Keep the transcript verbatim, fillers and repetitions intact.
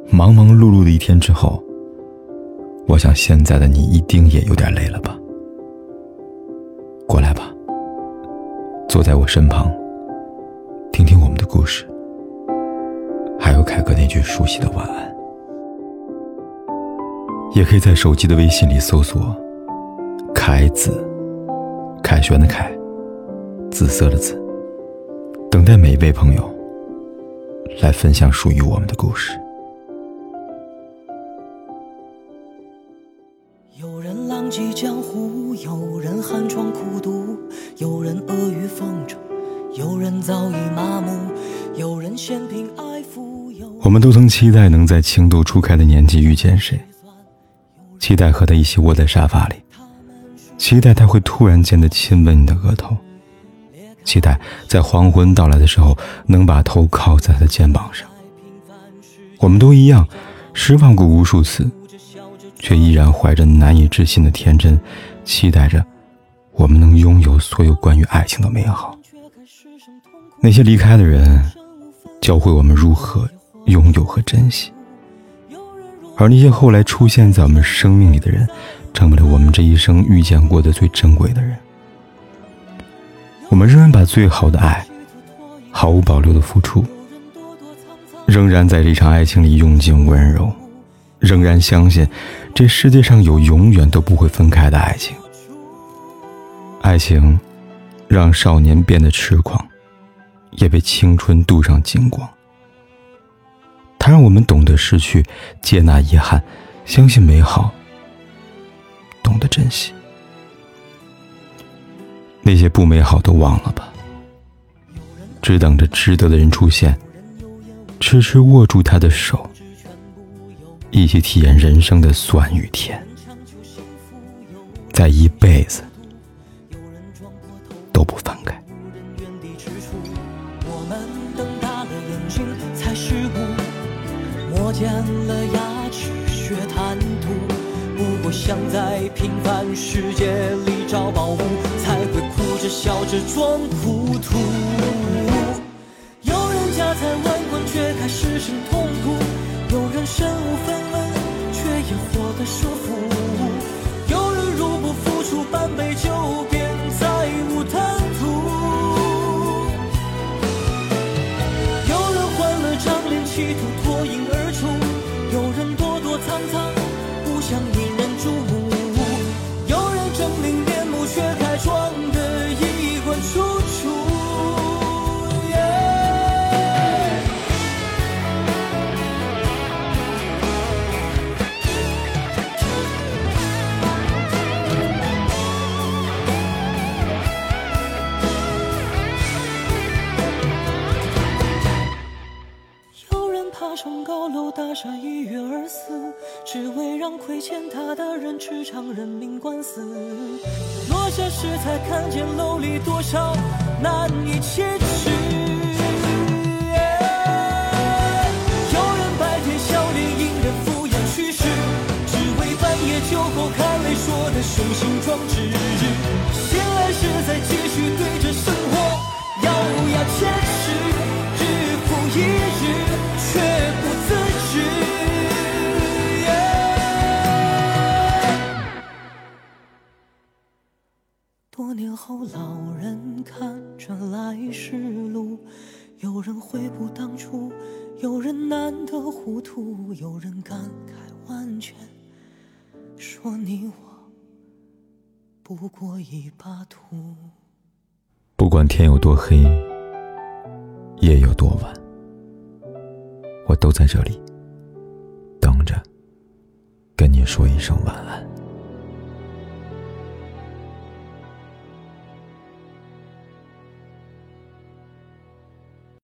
忙忙碌碌的一天之后，我想现在的你一定也有点累了吧。过来吧，坐在我身旁，听听我们的故事，还有凯哥那句熟悉的晚安。也可以在手机的微信里搜索凯子，凯旋的凯，紫色的紫，等待每一位朋友来分享属于我们的故事。 有人浪迹江湖，有人寒窗苦读，有人阿谀奉承，有人早已麻木，有人嫌贫爱富。 我们都曾期待能在情窦初开的年纪遇见谁，期待和他一起窝在沙发里，期待他会突然间的亲吻你的额头，期待在黄昏到来的时候能把头靠在他的肩膀上。我们都一样失望过无数次，却依然怀着难以置信的天真，期待着我们能拥有所有关于爱情的美好。那些离开的人教会我们如何拥有和珍惜，而那些后来出现在我们生命里的人，成为了我们这一生遇见过的最珍贵的人。我们仍然把最好的爱毫无保留的付出，仍然在这场爱情里用尽温柔，仍然相信这世界上有永远都不会分开的爱情。爱情让少年变得痴狂，也被青春镀上金光。它让我们懂得失去，接纳遗憾，相信美好，懂得珍惜。那些不美好都忘了吧，只等着值得的人出现，痴痴握住他的手，一起体验人生的酸与甜，在一辈子都不分开。 我们瞪大了眼睛才是无，磨尖了牙齿学谈吐，不过想在平凡世界里找宝物，才会哭着笑着装糊涂。有人家财万贯却开始生痛苦，有人身无分文却也活得舒服，有人入不敷出半杯酒便再无贪图，有人换了张脸企图脱颖而出，有人躲躲藏藏不想引人注目，有人狰狞面目却开装的衣冠楚楚。爬上高楼大厦一跃而死，只为让亏欠他的人吃场人命官司。落下时才看见楼里多少难以启齿，有人白天笑脸迎人敷衍去世，只为半夜酒后看泪说的雄心壮志。醒来时再继续对着生活咬牙切齿，日复一日却不自知、yeah、多年后老人看着来时路，有人悔不当初，有人难得糊涂，有人感慨万千，说你我不过一把土。 不管天有多黑，夜有多晚，我都在这里等着跟你说一声晚安。